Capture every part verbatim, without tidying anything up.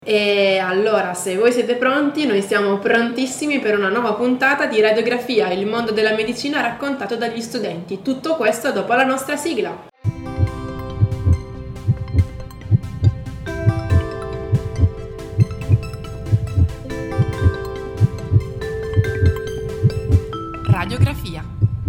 E allora, se voi siete pronti, noi siamo prontissimi per una nuova puntata di Radiografia, il mondo della medicina raccontato dagli studenti. Tutto questo dopo la nostra sigla. Radiografia.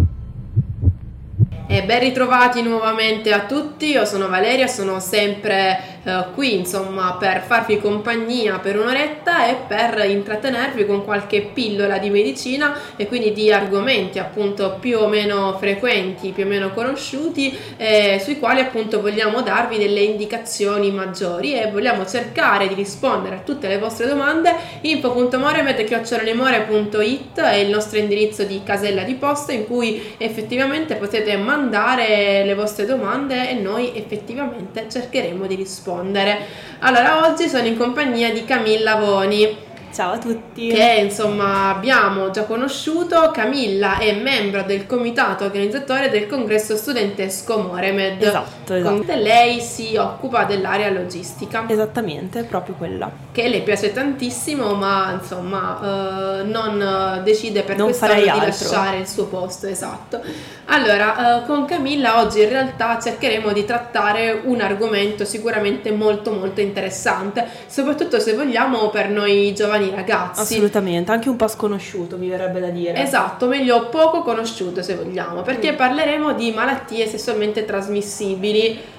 E ben ritrovati nuovamente a tutti, io sono Valeria, sono sempre eh, qui insomma per farvi compagnia per un'oretta e per intrattenervi con qualche pillola di medicina e quindi di argomenti appunto più o meno frequenti, più o meno conosciuti, eh, sui quali appunto vogliamo darvi delle indicazioni maggiori e vogliamo cercare di rispondere a tutte le vostre domande. info punto moremed chiocciola limore punto it è il nostro indirizzo di casella di posta in cui effettivamente potete mandare mandare le vostre domande e noi effettivamente cercheremo di rispondere. Allora, oggi sono in compagnia di Camilla Voni. Ciao a tutti! Che insomma abbiamo già conosciuto. Camilla è membro del comitato organizzatore del congresso studentesco Moremed. Esatto, esatto. Con lei si occupa dell'area logistica. Esattamente, proprio quella. Che le piace tantissimo, ma insomma eh, non decide per non quest'anno di altro. lasciare il suo posto, esatto. Allora, eh, con Camilla oggi in realtà cercheremo di trattare un argomento sicuramente molto molto interessante, soprattutto se vogliamo per noi giovani ragazzi. Assolutamente, anche un po' sconosciuto mi verrebbe da dire. Esatto, meglio poco conosciuto se vogliamo, perché mm. parleremo di malattie sessualmente trasmissibili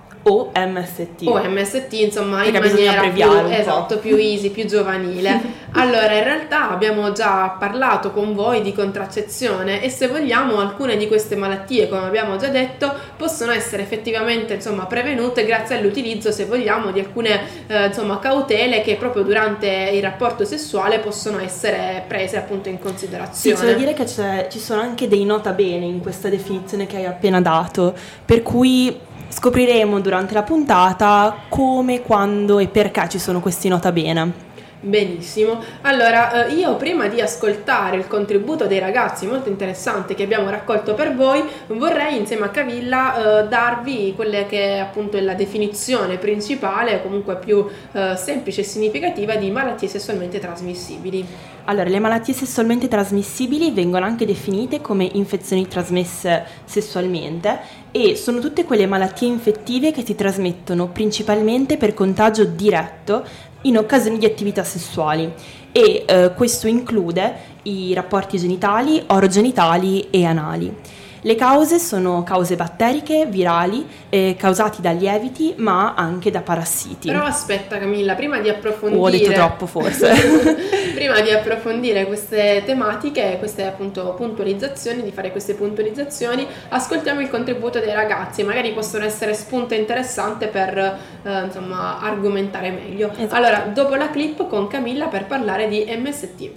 o M S T. O M S T, insomma, perché in maniera più, un esatto, più easy, più giovanile. Allora, in realtà abbiamo già parlato con voi di contraccezione e se vogliamo alcune di queste malattie, come abbiamo già detto, possono essere effettivamente, insomma, prevenute grazie all'utilizzo, se vogliamo, di alcune, eh, insomma, cautele che proprio durante il rapporto sessuale possono essere prese appunto in considerazione. Sì, c'è da dire che c'è, ci sono anche dei nota bene in questa definizione che hai appena dato, per cui scopriremo durante la puntata come, quando e perché ci sono questi nota bene. Benissimo, allora io prima di ascoltare il contributo dei ragazzi molto interessante che abbiamo raccolto per voi vorrei insieme a Camilla eh, darvi quelle che appunto è la definizione principale, comunque più eh, semplice e significativa di malattie sessualmente trasmissibili. Allora, le malattie sessualmente trasmissibili vengono anche definite come infezioni trasmesse sessualmente e sono tutte quelle malattie infettive che si trasmettono principalmente per contagio diretto in occasione di attività sessuali e eh, questo include i rapporti genitali, orogenitali e anali. Le cause sono cause batteriche, virali, eh, causati da lieviti ma anche da parassiti. Però aspetta Camilla, prima di approfondire... Oh, ho detto troppo forse. Prima di approfondire queste tematiche, queste appunto puntualizzazioni, di fare queste puntualizzazioni, ascoltiamo il contributo dei ragazzi, magari possono essere spunto interessante per eh, insomma argomentare meglio. Esatto. Allora, dopo la clip con Camilla per parlare di M S T.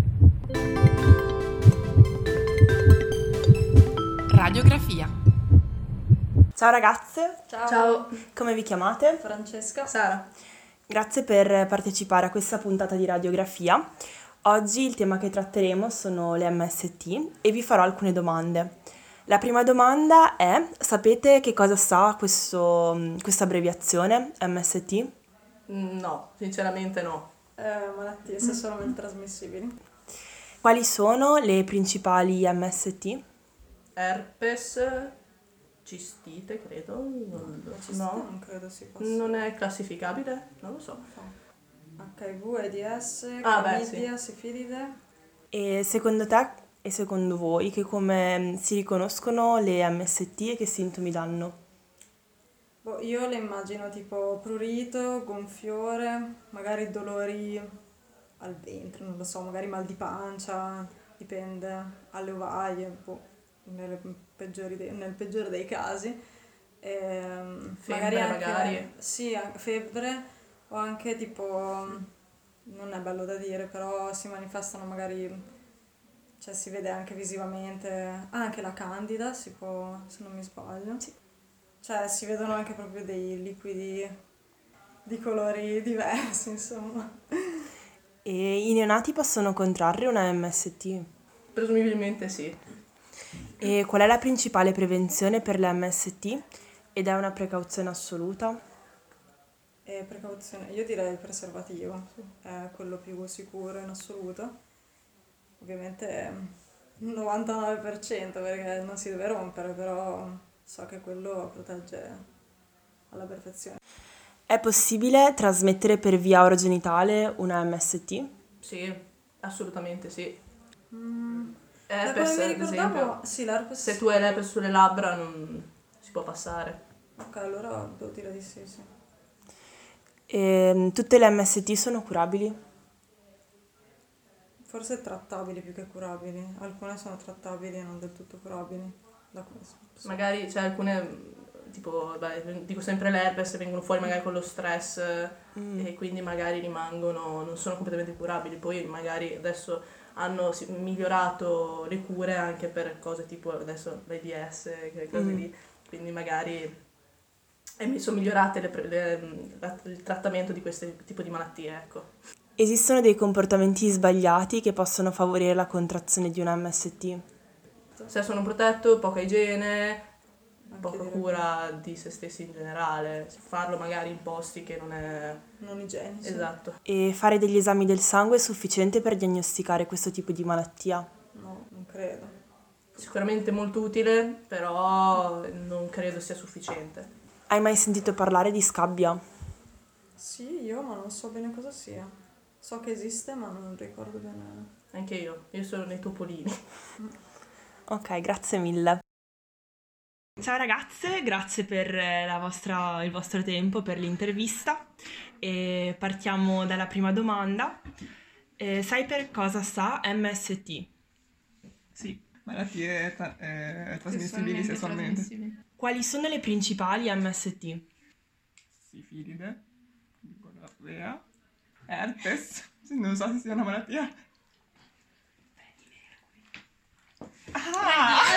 Radiografia. Ciao ragazze. Ciao. Ciao. Come vi chiamate? Francesca. Sara. Grazie per partecipare a questa puntata di Radiografia. Oggi il tema che tratteremo sono le M S T e vi farò alcune domande. La prima domanda è: sapete che cosa sa questo, questa abbreviazione M S T? No, sinceramente no. Eh, malattie sessualmente trasmissibili. Quali sono le principali M S T? Herpes, cistite, credo. Non, cistite, no, non credo si possa. Non è classificabile? Non lo so. H I V, AIDS, ah, chlamydia, sì. Sifilide. E secondo te e secondo voi che come si riconoscono le M S T e che sintomi danno? Boh, io le immagino tipo prurito, gonfiore, magari dolori al ventre, non lo so, magari mal di pancia, dipende, alle ovaie, boh. Nelle peggiori de- nel peggiore dei casi ehm, febbre magari, anche, magari sì, febbre o anche tipo non è bello da dire però si manifestano magari, cioè si vede anche visivamente anche la candida, si può, se non mi sbaglio, sì. Cioè si vedono anche proprio dei liquidi di colori diversi, insomma. E i neonati possono contrarre una M S T? Presumibilmente sì. E qual è la principale prevenzione per le M S T ed è una precauzione assoluta? E precauzione, io direi il preservativo, sì. È quello più sicuro in assoluto. Ovviamente il novantanove per cento perché non si deve rompere, però so che quello protegge alla perfezione. È possibile trasmettere per via orogenitale una M S T? Sì, assolutamente sì. Mm. Herpes, Da come mi ad ricordavo, esempio, sì, l'herpes se sì. tu hai l'herpes sulle labbra non si può passare. Ok, allora devo dire di sì, sì. E tutte le M S T sono curabili? Forse trattabili più che curabili. Alcune sono trattabili e non del tutto curabili. Da questo. Sì. Magari c'è alcune, tipo, beh, dico sempre l'herpes, vengono fuori magari con lo stress mm. e quindi magari rimangono, non sono completamente curabili. Poi magari adesso hanno migliorato le cure anche per cose tipo adesso l'AIDS, quelle cose mm. lì, quindi magari sono migliorate le, le, il trattamento di questo tipo di malattie, ecco. Esistono dei comportamenti sbagliati che possono favorire la contrazione di una M S T? Sesso non protetto, poca igiene, poca cura di se stessi in generale, farlo magari in posti che non è... non igienici. Esatto. E fare degli esami del sangue è sufficiente per diagnosticare questo tipo di malattia? No, non credo. Sicuramente molto utile, però non credo sia sufficiente. Hai mai sentito parlare di scabbia? Sì, io, ma non so bene cosa sia. So che esiste, ma non ricordo bene. Anche io, io sono nei topolini. Ok, grazie mille. Ciao ragazze, grazie per la vostra, il vostro tempo, per l'intervista. E partiamo dalla prima domanda. Eh, sai per cosa sta M S T? Sì, malattie tra- eh, trasmissibili sessualmente. trasmissibili. Quali sono le principali M S T? Sifilide, gonorrea, herpes, non so se sia una malattia. Ah!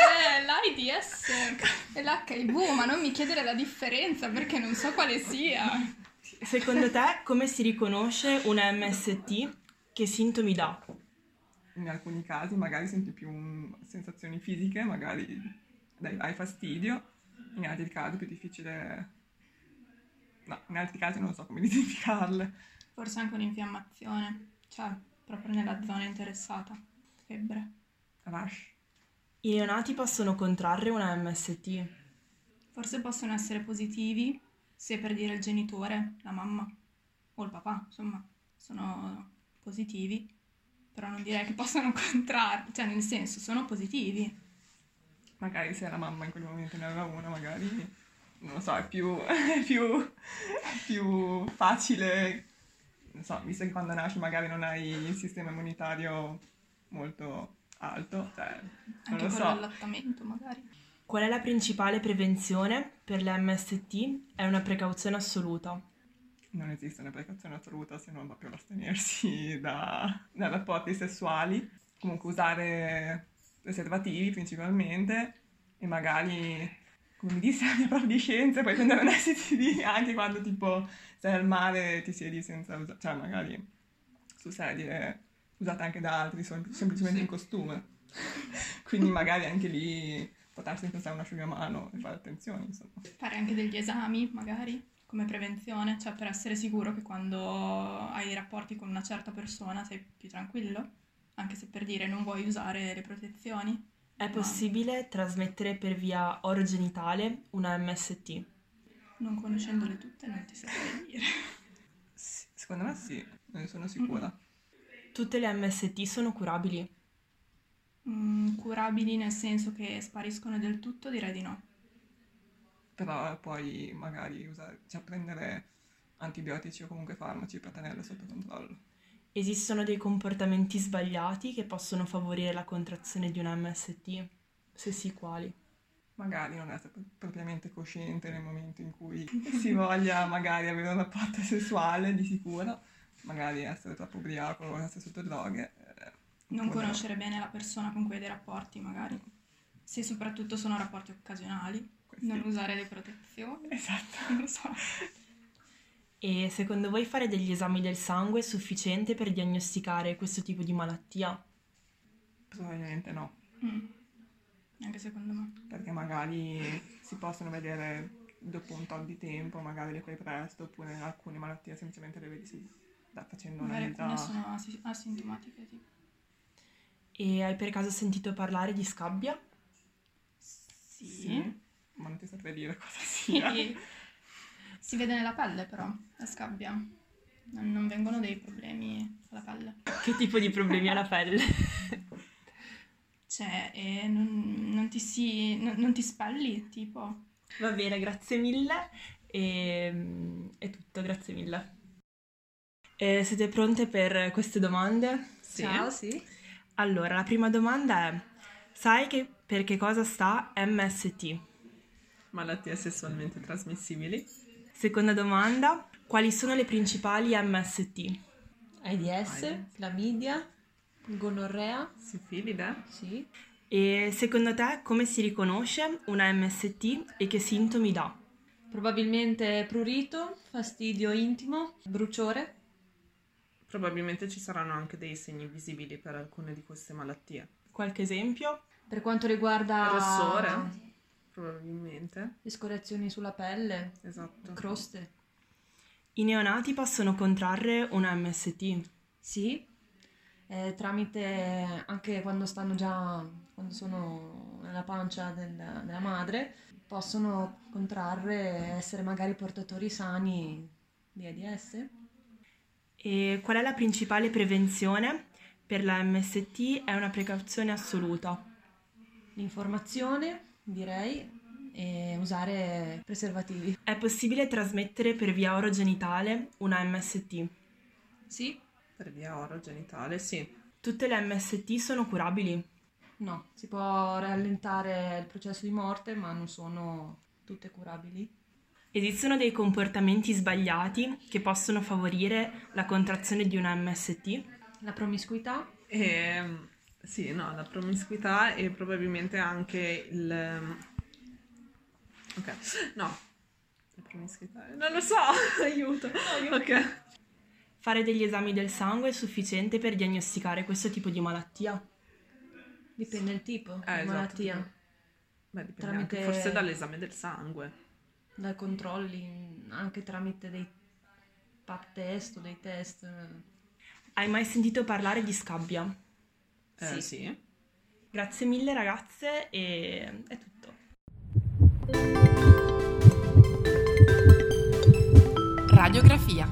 L'AIDS e l'H I V, ma non mi chiedere la differenza perché non so quale sia. Secondo te come si riconosce una M S T? Che sintomi dà? In alcuni casi magari senti più um, sensazioni fisiche, magari dai, hai fastidio, in altri casi è più difficile... No, in altri casi non so come identificarle. Forse anche un'infiammazione, cioè proprio nella zona interessata, febbre. Rash. I neonati possono contrarre una M S T? Forse possono essere positivi se per dire il genitore, la mamma o il papà, insomma, sono positivi, però non direi che possano contrarre, cioè nel senso sono positivi. Magari se la mamma in quel momento ne aveva una, magari, non lo so, è più, è più, più facile, non so, visto che quando nasci magari non hai il sistema immunitario molto alto, cioè, non anche lo quello so. dell'allattamento magari. Qual è la principale prevenzione per le M S T? È una precauzione assoluta. Non esiste una precauzione assoluta se non proprio l'astenersi da, da rapporti sessuali, comunque usare preservativi principalmente e magari, come mi disse la mia prof di scienze, puoi prendere un S T D anche quando tipo sei al mare e ti siedi senza usare, cioè magari su sedie usate anche da altri, sono semplicemente in costume, quindi magari anche lì portarsi in sé un asciugamano e fare attenzione, insomma. Fare anche degli esami magari come prevenzione, cioè per essere sicuro che quando hai dei rapporti con una certa persona sei più tranquillo, anche se per dire non vuoi usare le protezioni. È Ma possibile trasmettere per via orogenitale una M S T? non conoscendole tutte non ti saprei dire. Sì, secondo me sì, ne sono sicura. Mm-hmm. Tutte le M S T sono curabili? Mm, curabili nel senso che spariscono del tutto, direi di no. Però poi magari usare, cioè prendere antibiotici o comunque farmaci per tenerle sotto controllo. Esistono dei comportamenti sbagliati che possono favorire la contrazione di una M S T? Se sì, quali? Magari non essere propriamente cosciente nel momento in cui si voglia magari avere un rapporto sessuale, di sicuro, magari essere troppo ubriaco o essere sotto droghe. Eh, non conoscere bene la persona con cui hai dei rapporti, magari. Se soprattutto sono rapporti occasionali, Questi. Non usare le protezioni. Esatto. Non lo so. E secondo voi fare degli esami del sangue è sufficiente per diagnosticare questo tipo di malattia? Probabilmente no. Mm. Anche secondo me. Perché magari si possono vedere dopo un tot di tempo magari le fai presto, oppure in alcune malattie semplicemente le vedi sì, da, facendo una Magari vita... alcune sono as- asintomatiche, tipo. E hai per caso sentito parlare di scabbia? Sì. Sì, ma non ti saprei dire cosa sia. Sì. Si vede nella pelle però, la scabbia. Non, non vengono dei problemi alla pelle. Che tipo di problemi alla pelle? Cioè, eh, non, non ti si... non, non ti spalli, tipo. Va bene, grazie mille. E, è tutto, grazie mille. E siete pronte per queste domande? Sì. Ciao, sì. Allora, la prima domanda è: sai che per che cosa sta M S T? Malattie sessualmente trasmissibili. Seconda domanda: quali sono le principali M S T? AIDS, clamidia, gonorrea. Sifilide. Sì. E secondo te come si riconosce una M S T e che sintomi dà? Probabilmente prurito, fastidio intimo, bruciore. Probabilmente ci saranno anche dei segni visibili per alcune di queste malattie. Qualche esempio? Per quanto riguarda Rossore, probabilmente. escoriazioni sulla pelle, Esatto. croste. I neonati possono contrarre una M S T? Sì, eh, tramite anche quando stanno già, quando sono nella pancia del- della madre, possono contrarre, essere magari portatori sani di AIDS. E qual è la principale prevenzione per la M S T? È una precauzione assoluta. L'informazione, direi, e usare preservativi. È possibile trasmettere per via orogenitale una M S T? Sì? Per via orogenitale, sì. Tutte le M S T sono curabili? No, si può rallentare il processo di morte, ma non sono tutte curabili. Esistono dei comportamenti sbagliati che possono favorire la contrazione di una M S T? La promiscuità? E, sì, no, la promiscuità e probabilmente anche il... Ok, no. La promiscuità... Non lo so, aiuto. Ok. Fare degli esami del sangue è sufficiente per diagnosticare questo tipo di malattia? Dipende dal tipo Eh, di esatto, malattia, tipo- Beh, dipende Tramite- anche forse dall'esame del sangue. dai controlli, anche tramite dei pap test o dei test. Hai mai sentito parlare di scabbia? Eh, Sì. sì. Grazie mille ragazze e è tutto. Radiografia.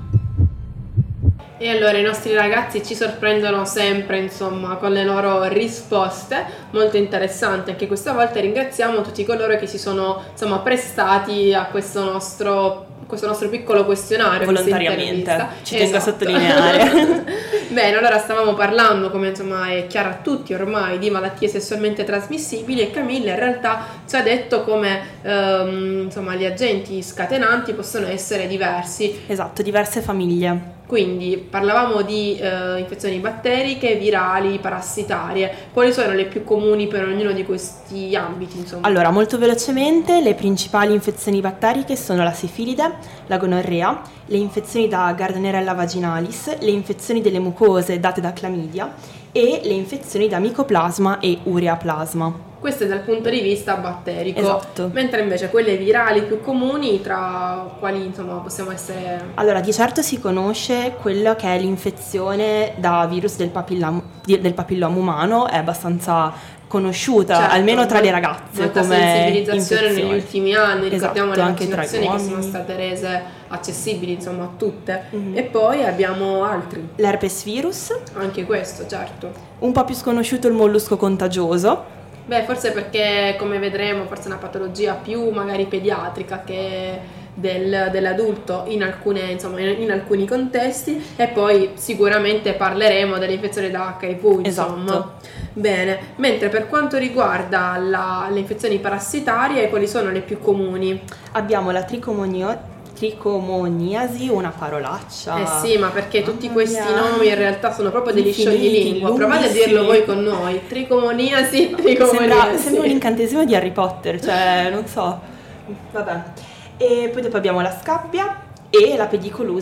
E allora i nostri ragazzi ci sorprendono sempre, insomma, con le loro risposte, molto interessanti anche questa volta. Ringraziamo tutti coloro che si sono, insomma, prestati a questo nostro, questo nostro piccolo questionario. Volontariamente, ci tengo a Esatto. sottolineare. Bene, allora stavamo parlando, come insomma è chiaro a tutti ormai, di malattie sessualmente trasmissibili, e Camilla in realtà ci ha detto come ehm, insomma gli agenti scatenanti possono essere diversi. Esatto, diverse famiglie. Quindi parlavamo di eh, infezioni batteriche, virali, parassitarie. Quali sono le più comuni per ognuno di questi ambiti, insomma? Allora, molto velocemente, le principali infezioni batteriche sono la sifilide, la gonorrea, le infezioni da Gardnerella vaginalis, le infezioni delle mucose date da clamidia e le infezioni da micoplasma e ureaplasma. Questo è dal punto di vista batterico. Esatto. Mentre invece quelle virali più comuni, tra quali insomma possiamo essere... Allora, di certo si conosce quello che è l'infezione da virus del papillamo, di- del papilloma umano, è abbastanza conosciuta, Certo, almeno tra le mol- ragazze, molta come sensibilizzazione negli infezione. ultimi anni, ricordiamo Esatto, le anche tra i vaccinazioni che sono uomini. state rese accessibili insomma a tutte. Mhm. E poi abbiamo altri, L'herpes virus, anche questo certo. un po' più sconosciuto il mollusco contagioso. Beh, forse perché, come vedremo, forse è una patologia più magari pediatrica che del- dell'adulto in, alcune, insomma, in, in alcuni contesti, e poi sicuramente parleremo delle infezioni da acca i vu, insomma. Esatto. Bene, mentre per quanto riguarda la- le infezioni parassitarie, quali sono le più comuni? Abbiamo la tricomonio- tricomoniasi, una parolaccia. Eh sì, ma perché tutti Mamma questi mia. nomi in realtà sono proprio degli Infiniti, scioglilingua. Provate a dirlo voi con noi. Tricomoniasi, tricomoniasi. Sembra, sembra un incantesimo di Harry Potter, cioè non so. Vabbè. E poi dopo abbiamo la scabbia e la pedicolosi,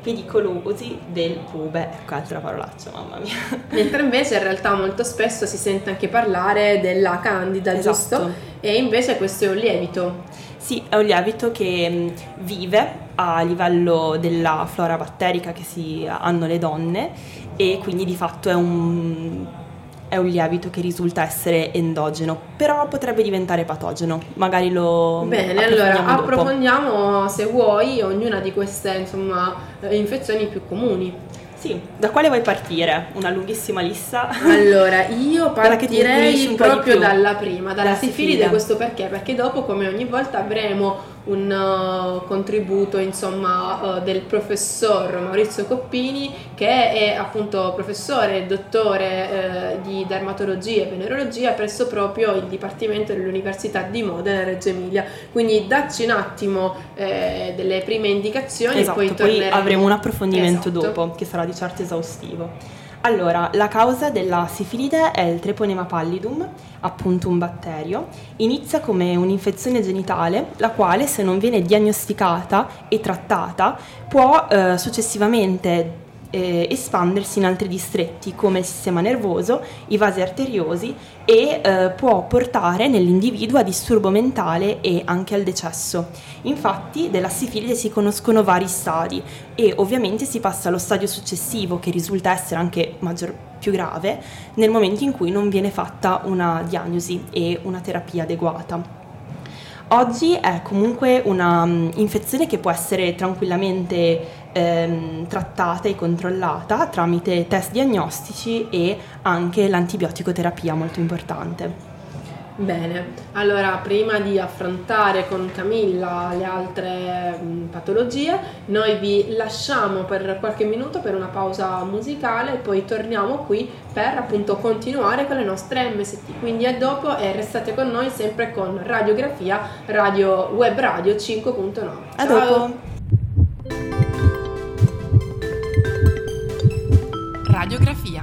pedicolosi del pube. Ecco, altra parolaccia, mamma mia. Mentre invece in realtà molto spesso si sente anche parlare della candida, esatto. giusto? E invece questo è un lievito. Sì, è un lievito che vive a livello della flora batterica che si hanno le donne e quindi di fatto è un, è un lievito che risulta essere endogeno, però potrebbe diventare patogeno, magari lo Bene, allora approfondiamo se vuoi ognuna di queste insomma infezioni più comuni. Sì, da quale vuoi partire? Una lunghissima lista? Allora, io partirei proprio dalla prima, dalla La sifilide. sifilide. Questo perché? Perché dopo, come ogni volta, avremo un uh, contributo insomma uh, del professor Maurizio Coppini, che è appunto professore e dottore uh, di dermatologia e venerologia presso proprio il Dipartimento dell'Università di Modena e Reggio Emilia. Quindi dacci un attimo eh, delle prime indicazioni, esatto, e poi poi torneremo. avremo un approfondimento Esatto. dopo, che sarà di certo esaustivo. Allora, la causa della sifilide è il Treponema pallidum, appunto un batterio. Inizia come un'infezione genitale, la quale, se non viene diagnosticata e trattata, può eh, successivamente eh, espandersi in altri distretti come il sistema nervoso, i vasi arteriosi e eh, può portare nell'individuo a disturbo mentale e anche al decesso. Infatti della sifilide si conoscono vari stadi e ovviamente si passa allo stadio successivo, che risulta essere anche maggior, più grave nel momento in cui non viene fatta una diagnosi e una terapia adeguata. Oggi è comunque una um, infezione che può essere tranquillamente ehm, trattata e controllata tramite test diagnostici e anche l'antibiotico terapia, molto importante. Bene, allora prima di affrontare con Camilla le altre mh, patologie, noi vi lasciamo per qualche minuto per una pausa musicale e poi torniamo qui per appunto continuare con le nostre M S T. Quindi a dopo e restate con noi sempre con Radiografia, radio web radio cinque punto nove. A Ciao. dopo! Radiografia.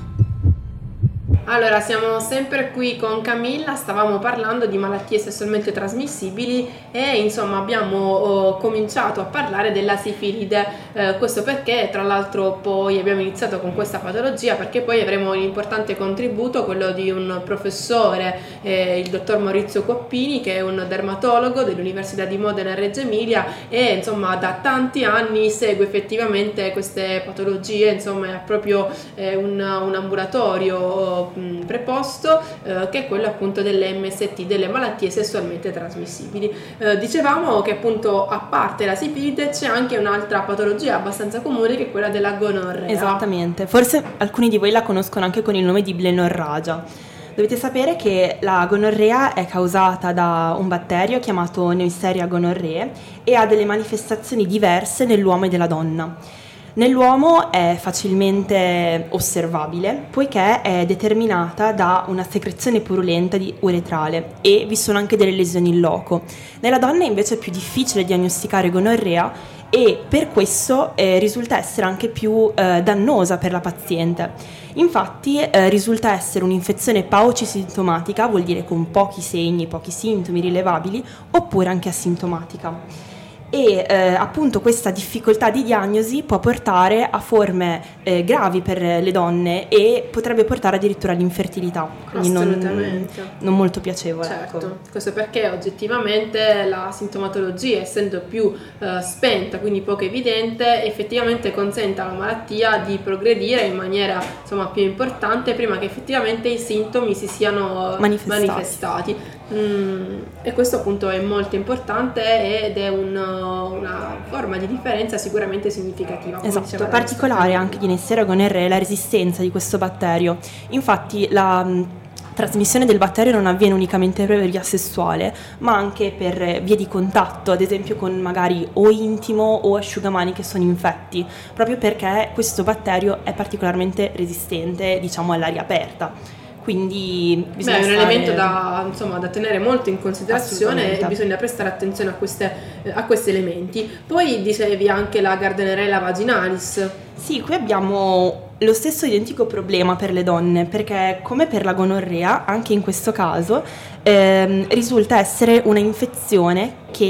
Allora, siamo sempre qui con Camilla, stavamo parlando di malattie sessualmente trasmissibili e insomma abbiamo oh, cominciato a parlare della sifilide, eh, questo perché tra l'altro poi abbiamo iniziato con questa patologia perché poi avremo un importante contributo, quello di un professore, eh, il dottor Maurizio Coppini, che è un dermatologo dell'Università di Modena e Reggio Emilia e insomma da tanti anni segue effettivamente queste patologie, insomma è proprio eh, un, un ambulatorio preposto eh, che è quello appunto delle M S T, delle malattie sessualmente trasmissibili. Eh, dicevamo che appunto a parte la sifilide c'è anche un'altra patologia abbastanza comune che è quella della gonorrea. Esattamente, forse alcuni di voi la conoscono anche con il nome di blennorragia. Dovete sapere che la gonorrea è causata da un batterio chiamato Neisseria gonorrhoeae e ha delle manifestazioni diverse nell'uomo e nella donna. Nell'uomo è facilmente osservabile poiché è determinata da una secrezione purulenta di uretrale e vi sono anche delle lesioni in loco. Nella donna invece è più difficile diagnosticare gonorrea e per questo eh, risulta essere anche più eh, dannosa per la paziente. Infatti eh, risulta essere un'infezione paucisintomatica, vuol dire con pochi segni, pochi sintomi rilevabili, oppure anche asintomatica. E eh, appunto questa difficoltà di diagnosi può portare a forme eh, gravi per le donne e potrebbe portare addirittura all'infertilità, quindi non, non molto piacevole. Certo, ecco. Questo perché oggettivamente la sintomatologia, essendo più eh, spenta, quindi poco evidente, effettivamente consente alla malattia di progredire in maniera insomma più importante prima che effettivamente i sintomi si siano manifestati. manifestati. Mm, e questo appunto è molto importante ed è un, una forma di differenza sicuramente significativa. Esatto, particolare anche di Neisseria gonorrhoeae è la resistenza di questo batterio. Infatti la mh, trasmissione del batterio non avviene unicamente per via sessuale, ma anche per vie di contatto, ad esempio con magari o intimo o asciugamani che sono infetti, proprio perché questo batterio è particolarmente resistente, diciamo, all'aria aperta. Quindi bisogna Beh, è un stare... elemento da, insomma, da tenere molto in considerazione e bisogna prestare attenzione a, queste, a questi elementi. Poi dicevi anche la Gardnerella vaginalis. Sì, qui abbiamo lo stesso identico problema per le donne, perché come per la gonorrea, anche in questo caso ehm, risulta essere una infezione che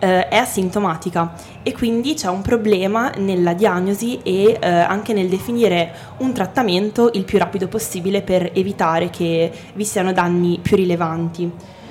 eh, è asintomatica e quindi c'è un problema nella diagnosi e eh, anche nel definire un trattamento il più rapido possibile per evitare che vi siano danni più rilevanti.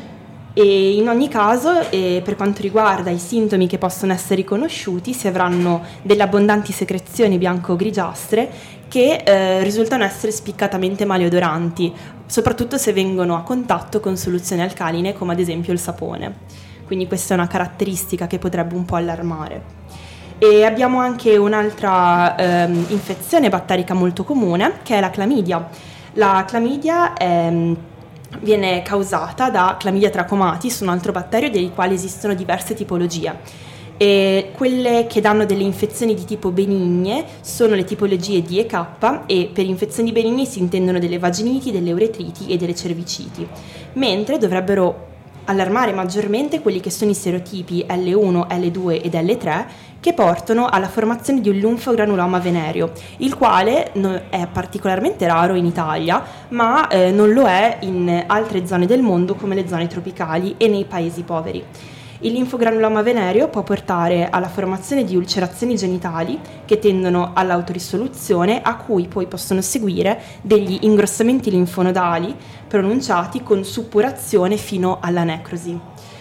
E in ogni caso, eh, per quanto riguarda i sintomi che possono essere riconosciuti, si avranno delle abbondanti secrezioni bianco-grigiastre che eh, risultano essere spiccatamente maleodoranti, soprattutto se vengono a contatto con soluzioni alcaline come ad esempio il sapone. Quindi questa è una caratteristica che potrebbe un po' allarmare. E abbiamo anche un'altra ehm, infezione batterica molto comune, che è la clamidia. La clamidia è... viene causata da Chlamydia trachomatis, un altro batterio dei quali esistono diverse tipologie. E quelle che danno delle infezioni di tipo benigne sono le tipologie D e K, e per infezioni benigne si intendono delle vaginiti, delle uretriti e delle cerviciti, mentre dovrebbero allarmare maggiormente quelli che sono i serotipi L uno, L due ed L tre, che portano alla formazione di un linfogranuloma venereo, il quale è particolarmente raro in Italia, ma eh, non lo è in altre zone del mondo come le zone tropicali e nei paesi poveri. Il linfogranuloma venereo può portare alla formazione di ulcerazioni genitali che tendono all'autorisoluzione, a cui poi possono seguire degli ingrossamenti linfonodali pronunciati con suppurazione fino alla necrosi.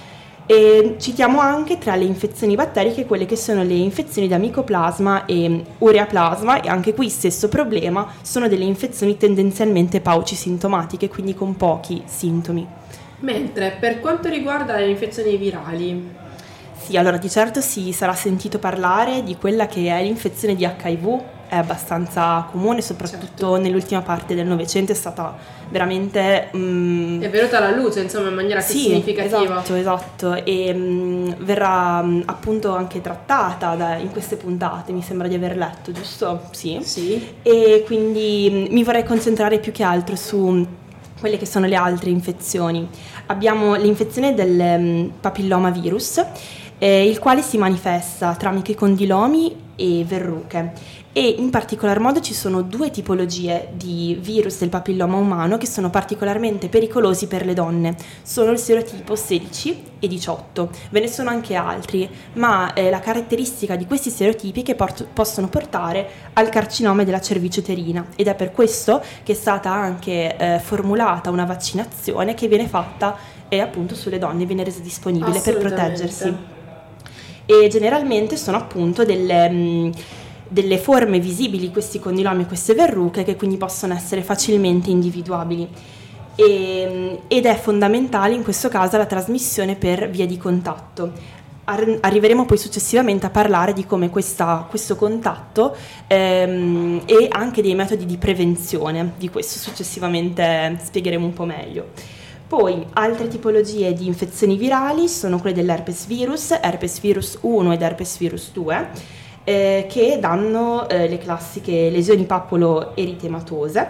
E citiamo anche tra le infezioni batteriche quelle che sono le infezioni da micoplasma e ureaplasma, e anche qui stesso problema, sono delle infezioni tendenzialmente paucisintomatiche, quindi con pochi sintomi. Mentre per quanto riguarda le infezioni virali, sì, allora di certo si sarà sentito parlare di quella che è l'infezione di H I V, è abbastanza comune, soprattutto certo. Nell'ultima parte del Novecento è stata veramente... Mm, è venuta alla luce, insomma, in maniera più sì, significativa. Esatto, esatto, e mm, verrà mm, appunto anche trattata da, in queste puntate, mi sembra di aver letto, giusto? Sì. Sì. E quindi mm, mi vorrei concentrare più che altro su quelle che sono le altre infezioni. Abbiamo l'infezione del um, papillomavirus, eh, il quale si manifesta tramite condilomi e verruche, e in particolar modo ci sono due tipologie di virus del papilloma umano che sono particolarmente pericolosi per le donne. Sono il serotipo sedici e diciotto, ve ne sono anche altri, ma eh, la caratteristica di questi serotipi è che port- possono portare al carcinoma della cervice uterina, ed è per questo che è stata anche eh, formulata una vaccinazione che viene fatta e eh, appunto sulle donne, viene resa disponibile per proteggersi. E generalmente sono appunto delle... Mh, delle forme visibili, questi condilomi e queste verruche, che quindi possono essere facilmente individuabili. E, ed è fondamentale in questo caso la trasmissione per via di contatto. Ar- arriveremo poi successivamente a parlare di come questa, questo contatto ehm, e anche dei metodi di prevenzione, di questo successivamente spiegheremo un po' meglio. Poi altre tipologie di infezioni virali sono quelle dell'herpes virus, herpes virus uno ed herpes virus due, Eh, che danno eh, le classiche lesioni pappulo-eritematose,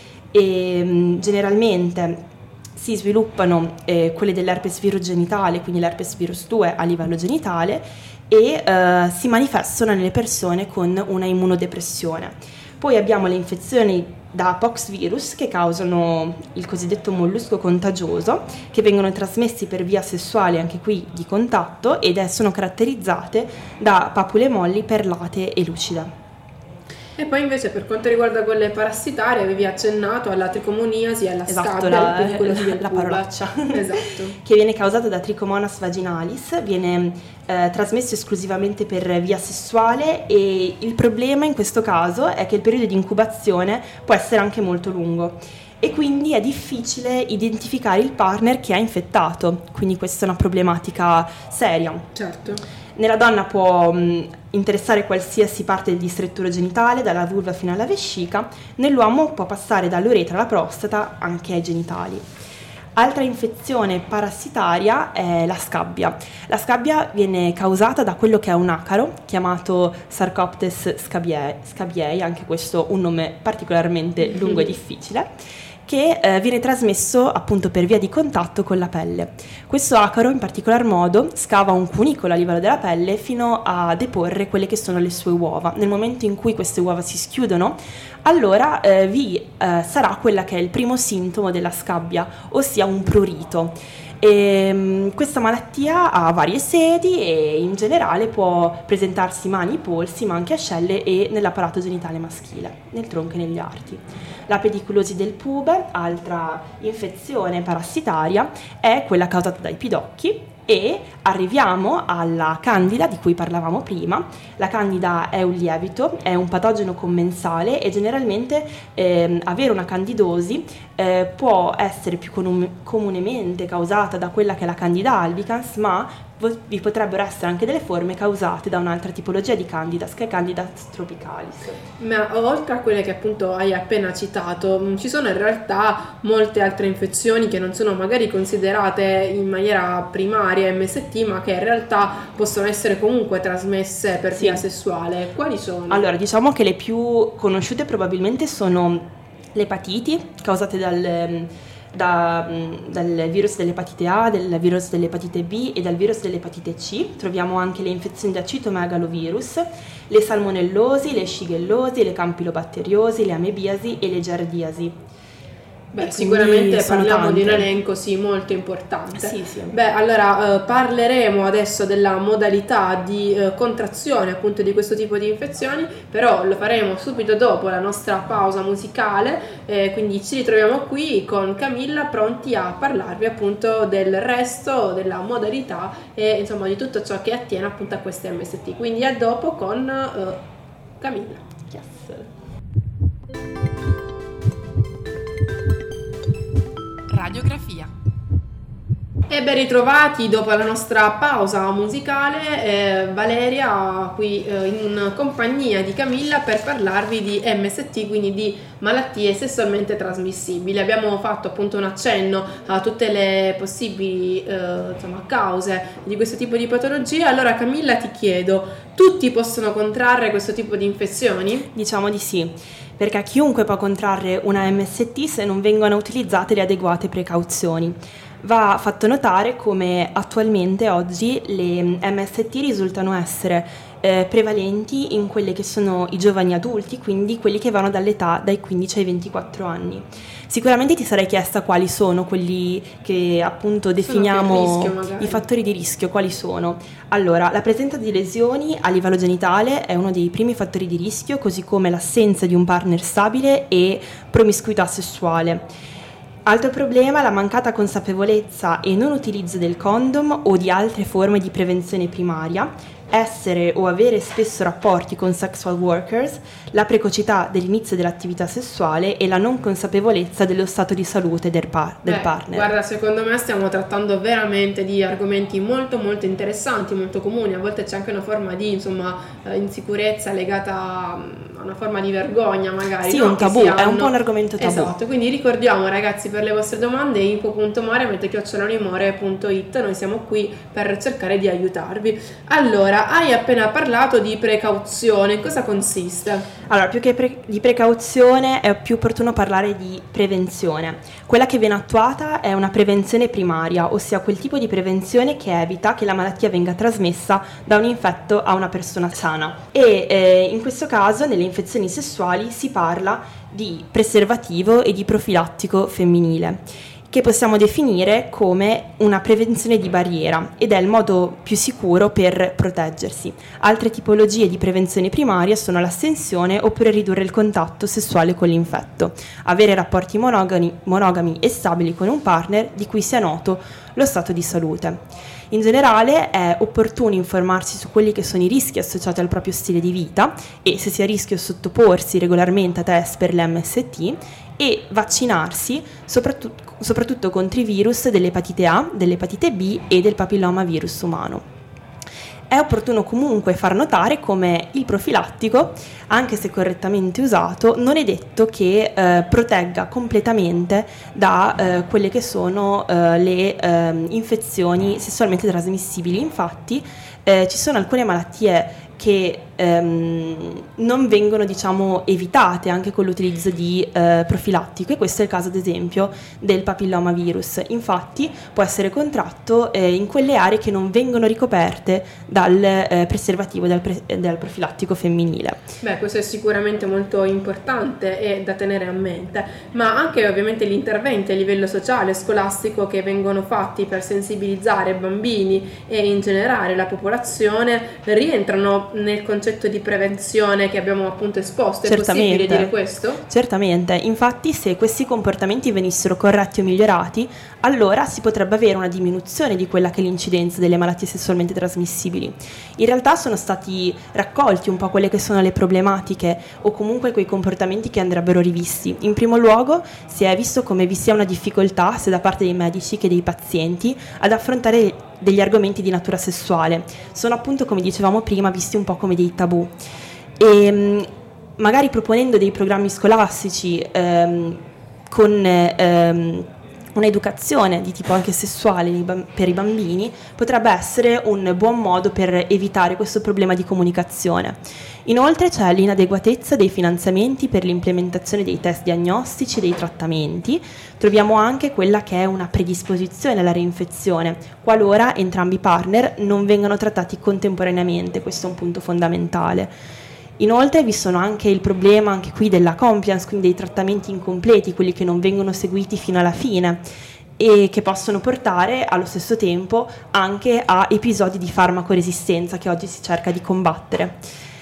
e mh, generalmente si sviluppano eh, quelle dell'herpes virus genitale, quindi l'herpes virus due a livello genitale, e eh, si manifestano nelle persone con una immunodepressione. Poi abbiamo le infezioni da poxvirus che causano il cosiddetto mollusco contagioso, che vengono trasmessi per via sessuale, anche qui di contatto, ed sono caratterizzate da papule molli, perlate e lucide. E poi invece per quanto riguarda quelle parassitarie avevi accennato alla tricomoniasi e alla esatto, scabbia, la, la, la parolaccia, esatto. che viene causata da Trichomonas vaginalis, viene eh, trasmesso esclusivamente per via sessuale, e il problema in questo caso è che il periodo di incubazione può essere anche molto lungo e quindi è difficile identificare il partner che ha infettato, quindi questa è una problematica seria. Certo. Nella donna può mh, interessare qualsiasi parte del distretto urogenitale, dalla vulva fino alla vescica. Nell'uomo può passare dall'uretra alla prostata, anche ai genitali. Altra infezione parassitaria è la scabbia. La scabbia viene causata da quello che è un acaro chiamato Sarcoptes scabiei, scabiei, anche questo un nome particolarmente lungo e difficile, che eh, viene trasmesso appunto per via di contatto con la pelle. Questo acaro in particolar modo scava un cunicolo a livello della pelle fino a deporre quelle che sono le sue uova. Nel momento in cui queste uova si schiudono, allora eh, vi eh, sarà quella che è il primo sintomo della scabbia, ossia un prurito. E, um, questa malattia ha varie sedi e in generale può presentarsi mani, polsi, ma anche ascelle e nell'apparato genitale maschile, nel tronco e negli arti. La pediculosi del pube, altra infezione parassitaria, è quella causata dai pidocchi. E arriviamo alla candida di cui parlavamo prima. La candida è un lievito, è un patogeno commensale e generalmente eh, avere una candidosi eh, può essere più com- comunemente causata da quella che è la candida albicans, ma vi potrebbero essere anche delle forme causate da un'altra tipologia di candidas, che è candida tropicalis. Ma oltre a quelle che appunto hai appena citato, ci sono in realtà molte altre infezioni che non sono magari considerate in maniera primaria M S T, ma che in realtà possono essere comunque trasmesse per via sì. sessuale. Quali sono? Allora, diciamo che le più conosciute probabilmente sono le epatiti causate dal Da, dal virus dell'epatite A, dal virus dell'epatite B e dal virus dell'epatite C. Troviamo anche le infezioni da citomegalovirus, le salmonellosi, le shighellosi, le campilobatteriosi, le amebiasi e le giardiasi. Beh, sicuramente parliamo tante. Di un elenco sì molto importante. Sì, sì. Beh, allora eh, parleremo adesso della modalità di eh, contrazione appunto di questo tipo di infezioni, però lo faremo subito dopo la nostra pausa musicale, eh, quindi ci ritroviamo qui con Camilla pronti a parlarvi appunto del resto della modalità e insomma di tutto ciò che attiene appunto a queste M S T. Quindi a dopo con eh, Camilla. Yes. Radiografia. E ben ritrovati dopo la nostra pausa musicale, eh, Valeria qui eh, in compagnia di Camilla per parlarvi di M S T, quindi di malattie sessualmente trasmissibili. Abbiamo fatto appunto un accenno a tutte le possibili eh, insomma, cause di questo tipo di patologia. Allora Camilla, ti chiedo, tutti possono contrarre questo tipo di infezioni? Diciamo di sì, perché chiunque può contrarre una M S T se non vengono utilizzate le adeguate precauzioni. Va fatto notare come attualmente oggi le M S T risultano essere eh, prevalenti in quelli che sono i giovani adulti, quindi quelli che vanno dall'età dai quindici ai ventiquattro anni. Sicuramente ti sarei chiesta quali sono quelli che appunto definiamo rischio, i fattori di rischio, quali sono? Allora, la presenza di lesioni a livello genitale è uno dei primi fattori di rischio, così come l'assenza di un partner stabile e promiscuità sessuale. Altro problema è la mancata consapevolezza e non utilizzo del condom o di altre forme di prevenzione primaria, essere o avere spesso rapporti con sexual workers, la precocità dell'inizio dell'attività sessuale e la non consapevolezza dello stato di salute del, par- del Beh, partner. Guarda, secondo me stiamo trattando veramente di argomenti molto molto interessanti, molto comuni. A volte c'è anche una forma di insomma insicurezza legata a una forma di vergogna magari. Sì, no? un tabù, hanno... è un po' un argomento tabù. Esatto, quindi ricordiamo ragazzi, per le vostre domande info punto more mette chiocciola unimore punto it, noi siamo qui per cercare di aiutarvi. Allora, hai appena parlato di precauzione, in cosa consiste? Allora, più che pre- di precauzione è più opportuno parlare di prevenzione. Quella che viene attuata è una prevenzione primaria, ossia quel tipo di prevenzione che evita che la malattia venga trasmessa da un infetto a una persona sana. E eh, in questo caso, nelle infezioni sessuali, si parla di preservativo e di profilattico femminile, che possiamo definire come una prevenzione di barriera ed è il modo più sicuro per proteggersi. Altre tipologie di prevenzione primaria sono l'astensione oppure ridurre il contatto sessuale con l'infetto, avere rapporti monogami, monogami e stabili con un partner di cui sia noto lo stato di salute. In generale è opportuno informarsi su quelli che sono i rischi associati al proprio stile di vita e se sia a rischio sottoporsi regolarmente a test per l'M S T e vaccinarsi soprattutto, soprattutto contro i virus dell'epatite A, dell'epatite B e del papillomavirus umano. È opportuno comunque far notare come il profilattico, anche se correttamente usato, non è detto che eh, protegga completamente da eh, quelle che sono eh, le eh, infezioni sessualmente trasmissibili. Infatti eh, ci sono alcune malattie che ehm, non vengono, diciamo, evitate anche con l'utilizzo di eh, profilattico, e questo è il caso ad esempio del papillomavirus. Infatti può essere contratto eh, in quelle aree che non vengono ricoperte dal eh, preservativo dal, pre- dal profilattico femminile. Beh, questo è sicuramente molto importante e da tenere a mente, ma anche ovviamente gli interventi a livello sociale e scolastico che vengono fatti per sensibilizzare bambini e in generale la popolazione rientrano nel concetto di prevenzione che abbiamo appunto esposto. È Certamente. possibile dire questo? Certamente, infatti se questi comportamenti venissero corretti o migliorati, allora si potrebbe avere una diminuzione di quella che è l'incidenza delle malattie sessualmente trasmissibili. In realtà sono stati raccolti un po' quelle che sono le problematiche o comunque quei comportamenti che andrebbero rivisti. In primo luogo si è visto come vi sia una difficoltà sia da parte dei medici che dei pazienti ad affrontare degli argomenti di natura sessuale. Sono appunto, come dicevamo prima, visti un po' come dei tabù. E magari proponendo dei programmi scolastici ehm, con ehm, un'educazione di tipo anche sessuale per i bambini potrebbe essere un buon modo per evitare questo problema di comunicazione. Inoltre c'è l'inadeguatezza dei finanziamenti per l'implementazione dei test diagnostici e dei trattamenti. Troviamo anche quella che è una predisposizione alla reinfezione, qualora entrambi i partner non vengano trattati contemporaneamente. Questo è un punto fondamentale. Inoltre vi sono anche il problema anche qui della compliance, quindi dei trattamenti incompleti, quelli che non vengono seguiti fino alla fine e che possono portare allo stesso tempo anche a episodi di farmacoresistenza che oggi si cerca di combattere.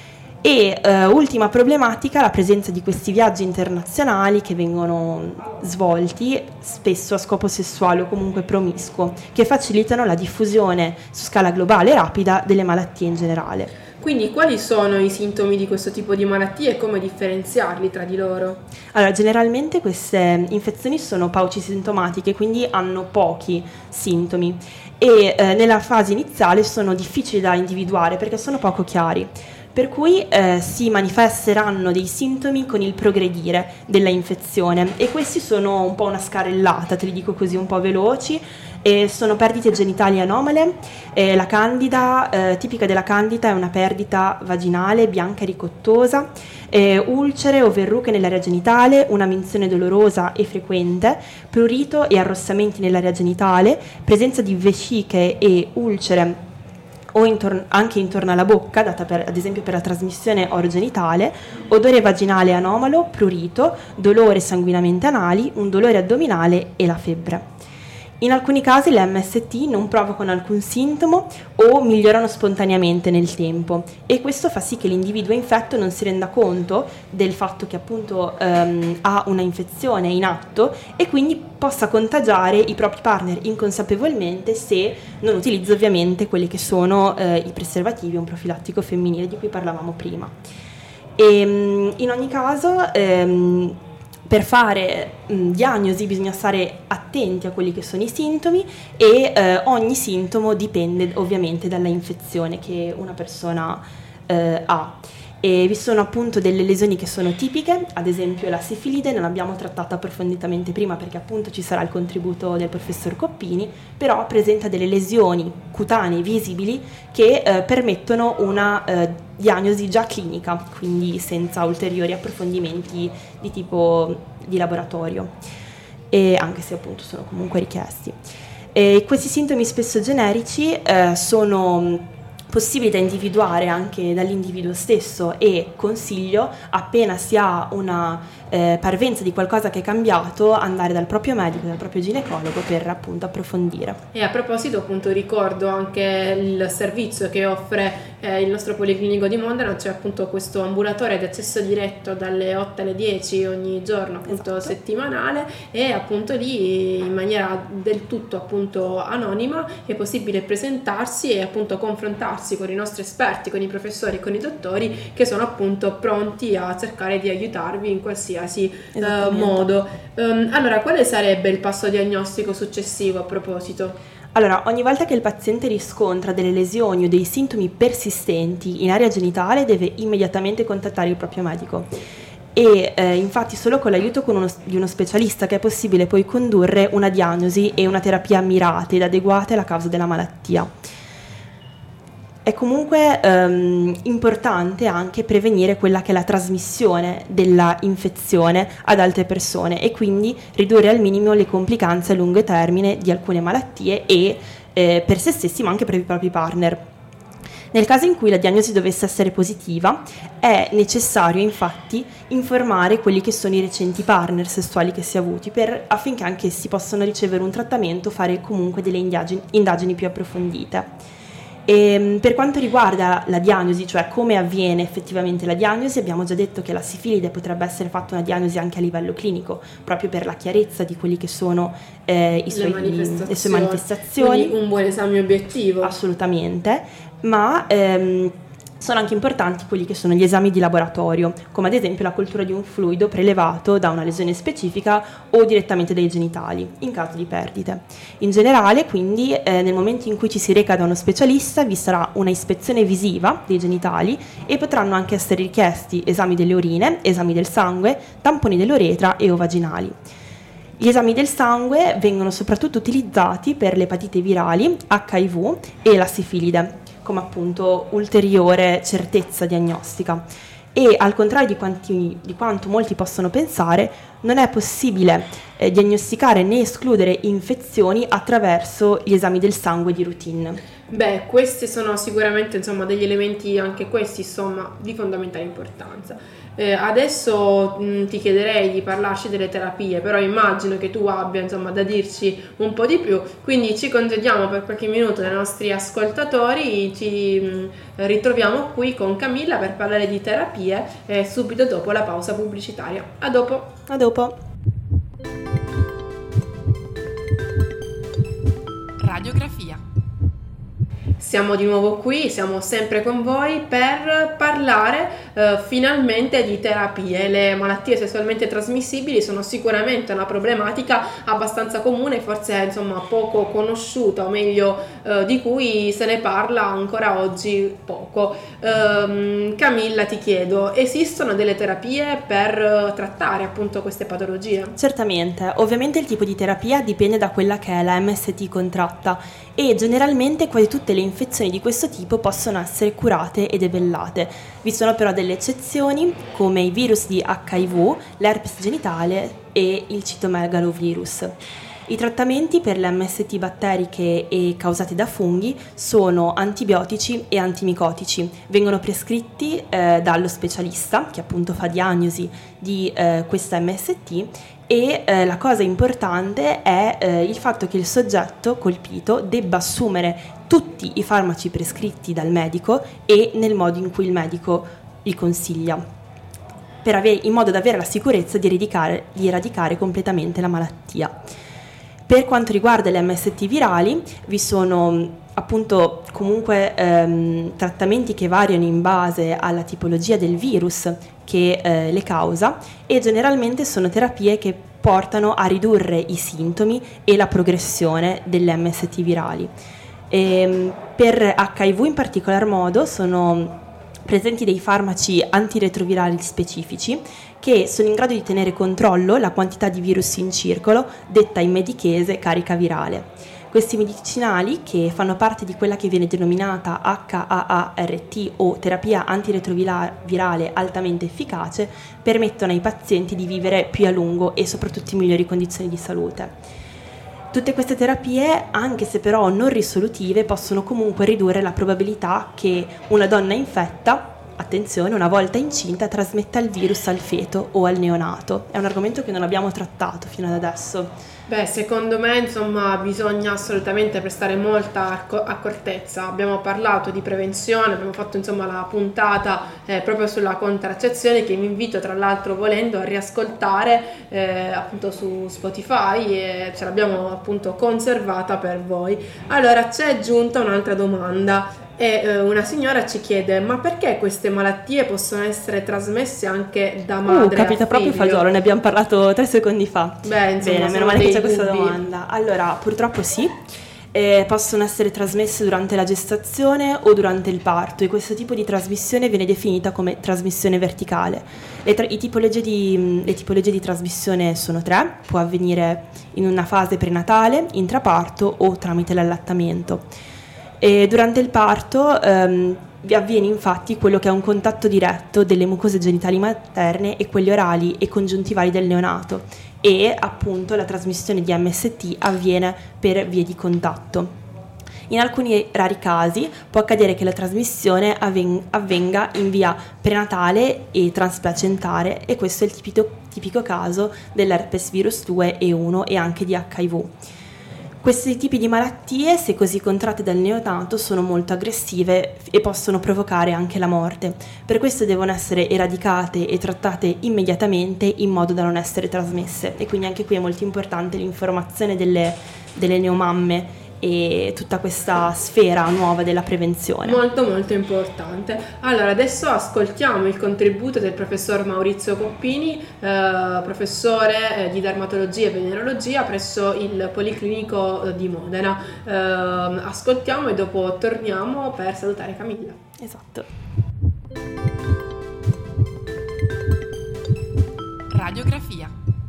E eh, ultima problematica, la presenza di questi viaggi internazionali che vengono svolti spesso a scopo sessuale o comunque promiscuo, che facilitano la diffusione su scala globale e rapida delle malattie in generale. Quindi quali sono i sintomi di questo tipo di malattie e come differenziarli tra di loro? Allora, generalmente queste infezioni sono paucisintomatiche, quindi hanno pochi sintomi e eh, nella fase iniziale sono difficili da individuare perché sono poco chiari. Per cui eh, si manifesteranno dei sintomi con il progredire della infezione e questi sono un po' una scarrellata, te li dico così un po' veloci. E sono perdite genitali anomale, eh, la candida, eh, tipica della candida è una perdita vaginale bianca e ricottosa, eh, ulcere o verruche nell'area genitale, una minzione dolorosa e frequente, prurito e arrossamenti nell'area genitale, presenza di vesciche e ulcere o intorno, anche intorno alla bocca, data per, ad esempio per la trasmissione orogenitale, odore vaginale anomalo, prurito, dolore sanguinamente anali, un dolore addominale e la febbre. In alcuni casi le M S T non provocano alcun sintomo o migliorano spontaneamente nel tempo e questo fa sì che l'individuo infetto non si renda conto del fatto che appunto ehm, ha una infezione in atto e quindi possa contagiare i propri partner inconsapevolmente se non utilizza ovviamente quelli che sono eh, i preservativi o un profilattico femminile di cui parlavamo prima. E, in ogni caso ehm, per fare mh, diagnosi bisogna stare attenti a quelli che sono i sintomi e eh, ogni sintomo dipende ovviamente dalla infezione che una persona eh, ha. E vi sono appunto delle lesioni che sono tipiche, ad esempio la sifilide, non l'abbiamo trattata approfonditamente prima perché appunto ci sarà il contributo del professor Coppini, però presenta delle lesioni cutanee visibili che eh, permettono una eh, diagnosi già clinica, quindi senza ulteriori approfondimenti di tipo di laboratorio, e anche se appunto sono comunque richiesti. E questi sintomi spesso generici eh, sono possibili da individuare anche dall'individuo stesso e consiglio, appena si ha una eh, parvenza di qualcosa che è cambiato, andare dal proprio medico, dal proprio ginecologo per appunto approfondire. E a proposito appunto ricordo anche il servizio che offre eh, il nostro Policlinico di Modena, c'è appunto questo ambulatorio di accesso diretto dalle otto alle dieci ogni giorno appunto esatto. settimanale e appunto lì in maniera del tutto appunto anonima è possibile presentarsi e appunto confrontarsi con i nostri esperti, con i professori, con i dottori che sono appunto pronti a cercare di aiutarvi in qualsiasi uh, modo. Um, allora, quale sarebbe il passo diagnostico successivo a proposito? Allora, ogni volta che il paziente riscontra delle lesioni o dei sintomi persistenti in area genitale deve immediatamente contattare il proprio medico. E eh, infatti solo con l'aiuto con uno, di uno specialista che è possibile poi condurre una diagnosi e una terapia mirate ed adeguate alla causa della malattia. è comunque ehm, importante anche prevenire quella che è la trasmissione della infezione ad altre persone e quindi ridurre al minimo le complicanze a lungo termine di alcune malattie e eh, per se stessi ma anche per i propri partner. Nel caso in cui la diagnosi dovesse essere positiva, è necessario infatti informare quelli che sono i recenti partner sessuali che si è avuti per, affinché anche essi possano ricevere un trattamento o fare comunque delle indagini, indagini più approfondite. E per quanto riguarda la diagnosi, cioè come avviene effettivamente la diagnosi, abbiamo già detto che la sifilide potrebbe essere fatta una diagnosi anche a livello clinico, proprio per la chiarezza di quelli che sono eh, i suoi, manifestazioni. le sue manifestazioni. Quindi un buon esame obiettivo. Assolutamente, ma ehm, sono anche importanti quelli che sono gli esami di laboratorio, come ad esempio la coltura di un fluido prelevato da una lesione specifica o direttamente dai genitali, in caso di perdite. In generale, quindi, eh, nel momento in cui ci si reca da uno specialista, vi sarà una ispezione visiva dei genitali e potranno anche essere richiesti esami delle urine, esami del sangue, tamponi dell'uretra e o vaginali. Gli esami del sangue vengono soprattutto utilizzati per le epatite virali, acca i vu e la sifilide, come appunto ulteriore certezza diagnostica. E al contrario di, quanti, di quanto molti possono pensare, non è possibile eh, diagnosticare né escludere infezioni attraverso gli esami del sangue di routine. Beh, questi sono sicuramente insomma degli elementi anche questi insomma di fondamentale importanza. Eh, adesso mh, ti chiederei di parlarci delle terapie, però immagino che tu abbia insomma da dirci un po' di più, quindi ci concediamo per qualche minuto dai nostri ascoltatori, ci mh, ritroviamo qui con Camilla per parlare di terapie eh, subito dopo la pausa pubblicitaria. A dopo. A dopo. Radiografia. Siamo di nuovo qui, siamo sempre con voi per parlare eh, finalmente di terapie. Le malattie sessualmente trasmissibili sono sicuramente una problematica abbastanza comune, forse insomma poco conosciuta, o meglio eh, di cui se ne parla ancora oggi poco. Ehm, Camilla, ti chiedo, esistono delle terapie per eh, trattare appunto queste patologie? Certamente, ovviamente il tipo di terapia dipende da quella che è la emme esse ti contratta e generalmente quasi tutte le infezioni di questo tipo possono essere curate e debellate. Vi sono però delle eccezioni come i virus di acca i vu, l'herpes genitale e il citomegalovirus. I trattamenti per le emme esse ti batteriche e causate da funghi sono antibiotici e antimicotici. Vengono prescritti eh, dallo specialista che appunto fa diagnosi di eh, questa emme esse ti e eh, la cosa importante è eh, il fatto che il soggetto colpito debba assumere tutti i farmaci prescritti dal medico e nel modo in cui il medico li consiglia, per avere, in modo da avere la sicurezza di eradicare, di eradicare completamente la malattia. Per quanto riguarda le emme esse ti virali, vi sono appunto comunque ehm, trattamenti che variano in base alla tipologia del virus che eh, le causa e generalmente sono terapie che portano a ridurre i sintomi e la progressione delle emme esse ti virali. E, per acca i vu in particolar modo sono presenti dei farmaci antiretrovirali specifici che sono in grado di tenere controllo la quantità di virus in circolo, detta in medichese carica virale. Questi medicinali, che fanno parte di quella che viene denominata acca a a erre ti o terapia antiretrovirale altamente efficace, permettono ai pazienti di vivere più a lungo e soprattutto in migliori condizioni di salute. Tutte queste terapie, anche se però non risolutive, possono comunque ridurre la probabilità che una donna infetta, attenzione, una volta incinta, trasmetta il virus al feto o al neonato. È un argomento che non abbiamo trattato fino ad adesso. Beh, secondo me insomma bisogna assolutamente prestare molta accortezza. Abbiamo parlato di prevenzione, abbiamo fatto insomma la puntata eh, proprio sulla contraccezione, che vi invito tra l'altro volendo a riascoltare eh, appunto su Spotify, e ce l'abbiamo appunto conservata per voi. Allora, c'è giunta un'altra domanda. E eh, una signora ci chiede: ma perché queste malattie possono essere trasmesse anche da madre uh, a figlio? Capita proprio fagiolo, ne abbiamo parlato tre secondi fa. Beh, insomma, bene, meno male che c'è dubbi. questa domanda. Allora, purtroppo sì, eh, possono essere trasmesse durante la gestazione o durante il parto, e questo tipo di trasmissione viene definita come trasmissione verticale. Le, tra- i tipologie di, le tipologie di trasmissione sono tre: può avvenire in una fase prenatale, intraparto o tramite l'allattamento. E durante il parto ehm, vi avviene infatti quello che è un contatto diretto delle mucose genitali materne e quelle orali e congiuntivali del neonato, e appunto la trasmissione di M S T avviene per vie di contatto. In alcuni rari casi può accadere che la trasmissione avven- avvenga in via prenatale e transplacentare, e questo è il tipico, tipico caso dell'herpes virus due e uno e anche di H I V. Questi tipi di malattie, se così contratte dal neonato, sono molto aggressive e possono provocare anche la morte. Per questo devono essere eradicate e trattate immediatamente in modo da non essere trasmesse. E quindi anche qui è molto importante l'informazione delle, delle neomamme e tutta questa sfera nuova della prevenzione. Molto molto importante. Allora, adesso ascoltiamo il contributo del professor Maurizio Coppini, eh, professore di dermatologia e venerologia presso il Policlinico di Modena. Eh, ascoltiamo e dopo torniamo per salutare Camilla. Esatto. Radiografia.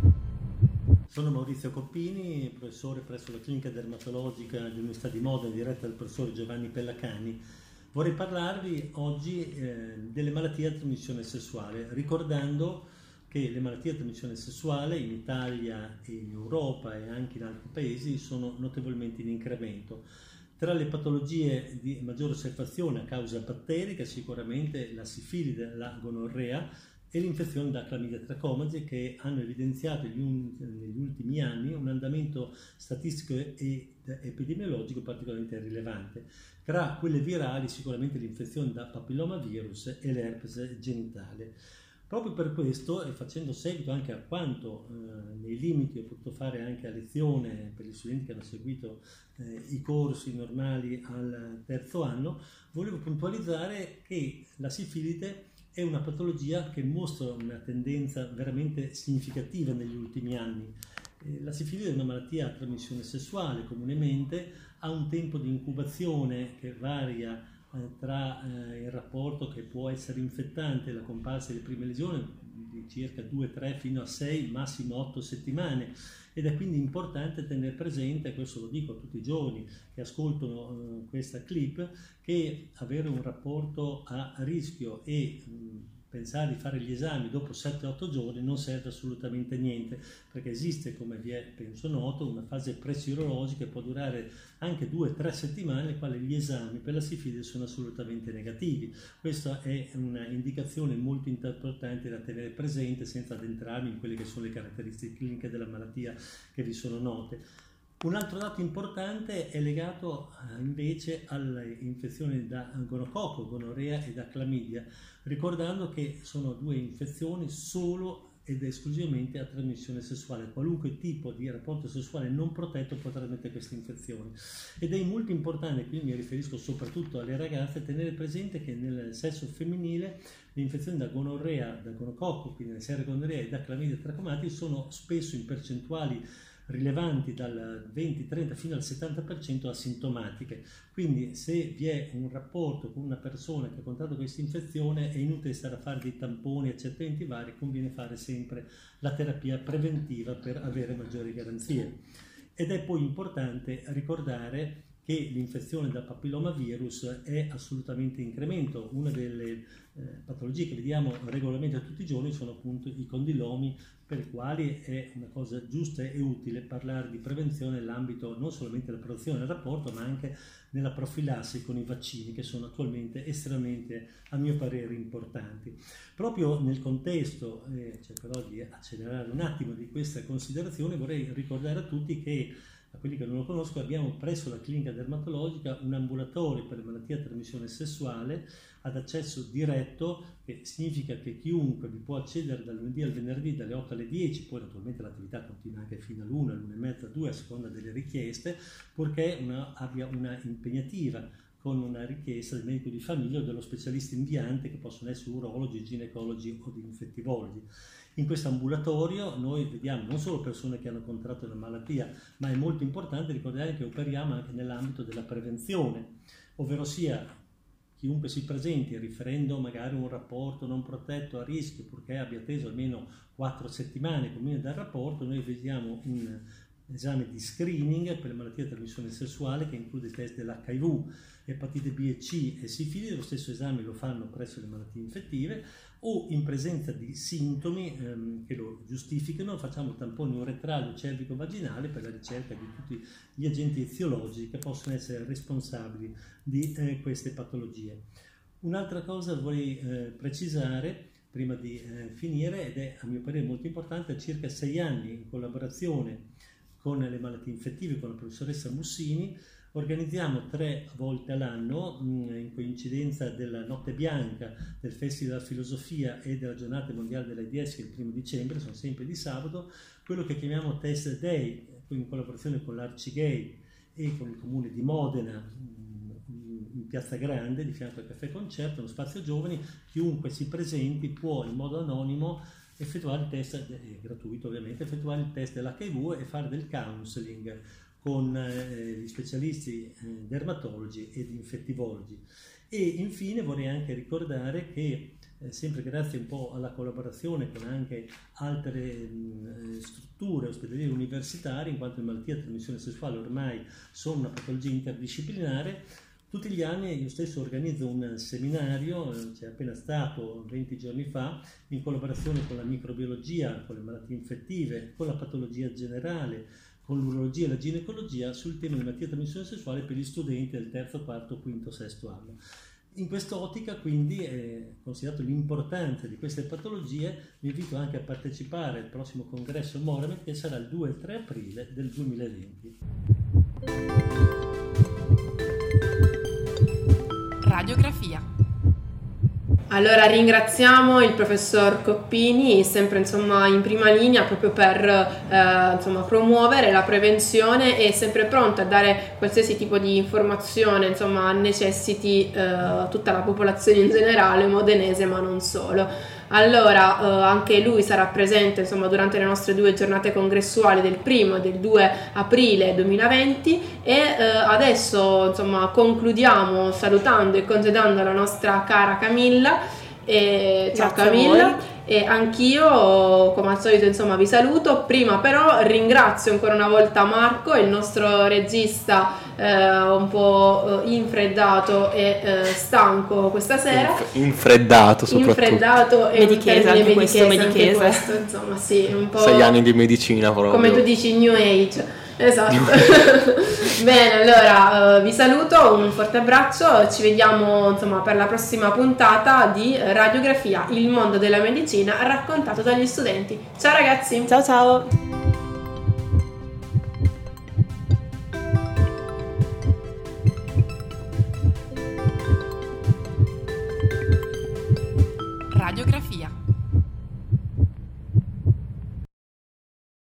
Sono Maurizio Coppini, professore presso la clinica dermatologica dell'Università di Modena, diretta dal professore Giovanni Pellacani. Vorrei parlarvi oggi eh, delle malattie a trasmissione sessuale, ricordando che le malattie a trasmissione sessuale in Italia e in Europa e anche in altri paesi sono notevolmente in incremento. Tra le patologie di maggiore osservazione a causa batterica sicuramente la sifilide, la gonorrea e l'infezione da Chlamydia trachomatis, che hanno evidenziato negli ultimi anni un andamento statistico ed epidemiologico particolarmente rilevante. Tra quelle virali sicuramente l'infezione da papillomavirus e l'herpes genitale. Proprio per questo, e facendo seguito anche a quanto eh, nei limiti ho potuto fare anche a lezione per gli studenti che hanno seguito eh, i corsi normali al terzo anno, volevo puntualizzare che la sifilide è una patologia che mostra una tendenza veramente significativa negli ultimi anni. Eh, la sifilide è una malattia a trasmissione sessuale, comunemente ha un tempo di incubazione che varia eh, tra eh, il rapporto che può essere infettante e la comparsa delle prime lesioni di circa due tre fino a sei, massimo otto settimane. Ed è quindi importante tenere presente, questo lo dico a tutti i giovani che ascoltano uh, questa clip, che avere un rapporto a rischio e mh, pensare di fare gli esami dopo sette otto giorni non serve assolutamente niente, perché esiste, come vi è penso noto, una fase presirologica che può durare anche due tre settimane, nelle quali gli esami per la sifilide sono assolutamente negativi. Questa è una indicazione molto importante da tenere presente senza addentrarmi in quelle che sono le caratteristiche cliniche della malattia che vi sono note. Un altro dato importante è legato eh, invece alle infezioni da gonococco, gonorrea e da clamidia, ricordando che sono due infezioni solo ed esclusivamente a trasmissione sessuale. Qualunque tipo di rapporto sessuale non protetto può trasmettere queste infezioni. Ed è molto importante, qui mi riferisco soprattutto alle ragazze, tenere presente che nel sesso femminile le infezioni da gonorrea, da gonococco, quindi le serie gonorrea e da clamidia trachomatis sono spesso in percentuali rilevanti dal venti trenta fino al settanta per cento asintomatiche. Quindi se vi è un rapporto con una persona che ha contratto questa infezione è inutile stare a fare dei tamponi e accertamenti vari, conviene fare sempre la terapia preventiva per avere maggiori garanzie. Ed è poi importante ricordare che l'infezione da papillomavirus è assolutamente in incremento. Una delle eh, patologie che vediamo regolarmente tutti i giorni sono appunto i condilomi, per i quali è una cosa giusta e utile parlare di prevenzione nell'ambito non solamente della prevenzione del rapporto, ma anche nella profilassi con i vaccini, che sono attualmente estremamente, a mio parere, importanti. Proprio nel contesto, eh, cercherò di accelerare un attimo di questa considerazione, vorrei ricordare a tutti che, a quelli che non lo conoscono, abbiamo presso la clinica dermatologica un ambulatorio per le malattie a trasmissione sessuale ad accesso diretto, che significa che chiunque vi può accedere dal lunedì al venerdì dalle otto alle dieci, poi naturalmente l'attività continua anche fino all'una, all'una e mezza, due a seconda delle richieste, purché una, abbia una impegnativa con una richiesta del medico di famiglia o dello specialista inviante, che possono essere urologi, ginecologi o infettivologi. In questo ambulatorio noi vediamo non solo persone che hanno contratto la malattia, ma è molto importante ricordare che operiamo anche nell'ambito della prevenzione, ovvero sia chiunque si presenti riferendo magari un rapporto non protetto a rischio, purché abbia atteso almeno quattro settimane come dal rapporto, noi vediamo un esame di screening per le malattie a trasmissione sessuale che include il test dell'H I V, epatite B e C e sifilide. Lo stesso esame lo fanno presso le malattie infettive, o in presenza di sintomi ehm, che lo giustificano facciamo tamponi uretrali o cervico-vaginale per la ricerca di tutti gli agenti eziologici che possono essere responsabili di eh, queste patologie. Un'altra cosa vorrei eh, precisare prima di eh, finire, ed è a mio parere molto importante: a circa sei anni in collaborazione con le malattie infettive, con la professoressa Mussini, organizziamo tre volte all'anno, in coincidenza della Notte Bianca, del Festival della Filosofia e della Giornata Mondiale dell'AIDS, che è il primo dicembre, sono sempre di sabato, quello che chiamiamo Test Day, in collaborazione con l'Arcigay e con il comune di Modena, in Piazza Grande, di fianco al Caffè Concerto, uno spazio giovani. Chiunque si presenti può in modo anonimo effettuare il test, è gratuito ovviamente, effettuare il test dell'H I V e fare del counseling con eh, gli specialisti eh, dermatologi ed infettivologi. E infine vorrei anche ricordare che eh, sempre grazie un po' alla collaborazione con anche altre mh, strutture ospedaliere universitarie, in quanto le malattie a trasmissione sessuale ormai sono una patologia interdisciplinare, tutti gli anni io stesso organizzo un seminario, c'è appena stato venti giorni fa, in collaborazione con la microbiologia, con le malattie infettive, con la patologia generale, con l'urologia e la ginecologia, sul tema di malattie a trasmissione sessuale per gli studenti del terzo, quarto, quinto, sesto anno. In quest'ottica, quindi, eh, considerato l'importanza di queste patologie, vi invito anche a partecipare al prossimo congresso Moramed, che sarà il due e tre aprile del duemilaventi. Radiografia. Allora ringraziamo il professor Coppini, sempre insomma in prima linea proprio per eh, insomma, promuovere la prevenzione e sempre pronto a dare qualsiasi tipo di informazione insomma necessiti eh, tutta la popolazione in generale modenese, ma non solo. Allora eh, anche lui sarà presente insomma durante le nostre due giornate congressuali del primo e del due aprile duemilaventi e eh, adesso insomma concludiamo salutando e congedando la nostra cara Camilla. E ciao Camilla, e anch'io come al solito insomma vi saluto. Prima però ringrazio ancora una volta Marco, il nostro regista eh, un po' infreddato e eh, stanco questa sera. Inf- infreddato soprattutto. Infreddato e medichese, anche questo, medichese. Anche questo, insomma sì, un po' sei anni di medicina proprio. Come tu dici, New Age. Esatto. Bene, allora uh, vi saluto, un forte abbraccio, ci vediamo insomma per la prossima puntata di Radiografia, il mondo della medicina raccontato dagli studenti. Ciao ragazzi. Ciao ciao. Radiografia.